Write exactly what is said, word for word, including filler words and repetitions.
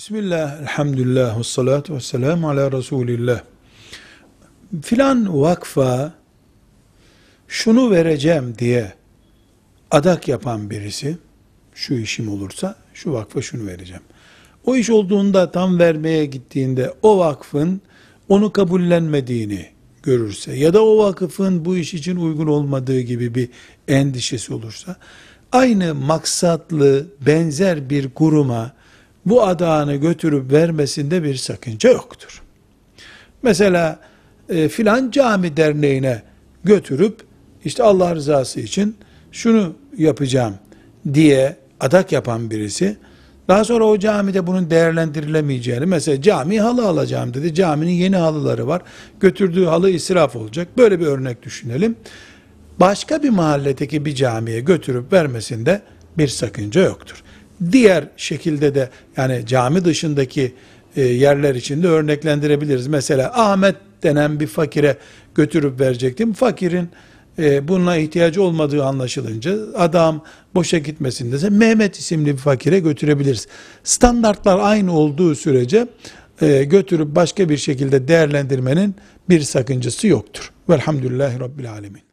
Bismillah, elhamdülillah, ve salatu ve selamu ala Resulillah. Filan vakfa şunu vereceğim diye adak yapan birisi, şu işim olursa şu vakfa şunu vereceğim. O iş olduğunda tam vermeye gittiğinde o vakfın onu kabullenmediğini görürse ya da o vakıfın bu iş için uygun olmadığı gibi bir endişesi olursa, aynı maksatlı benzer bir kuruma bu adağını götürüp vermesinde bir sakınca yoktur. Mesela e, filan cami derneğine götürüp işte Allah rızası için şunu yapacağım diye adak yapan birisi, daha sonra o camide bunun değerlendirilemeyeceğini, mesela cami halı alacağım dedi, caminin yeni halıları var, götürdüğü halı israf olacak, böyle bir örnek düşünelim. Başka bir mahalledeki bir camiye götürüp vermesinde bir sakınca yoktur. Diğer şekilde de, yani cami dışındaki e, yerler için de örneklendirebiliriz. Mesela Ahmet denen bir fakire götürüp verecektim. Fakirin e, bununla ihtiyacı olmadığı anlaşılınca adam boşa gitmesin dese Mehmet isimli bir fakire götürebiliriz. Standartlar aynı olduğu sürece e, götürüp başka bir şekilde değerlendirmenin bir sakıncası yoktur. Velhamdülillahi Rabbil Alemin.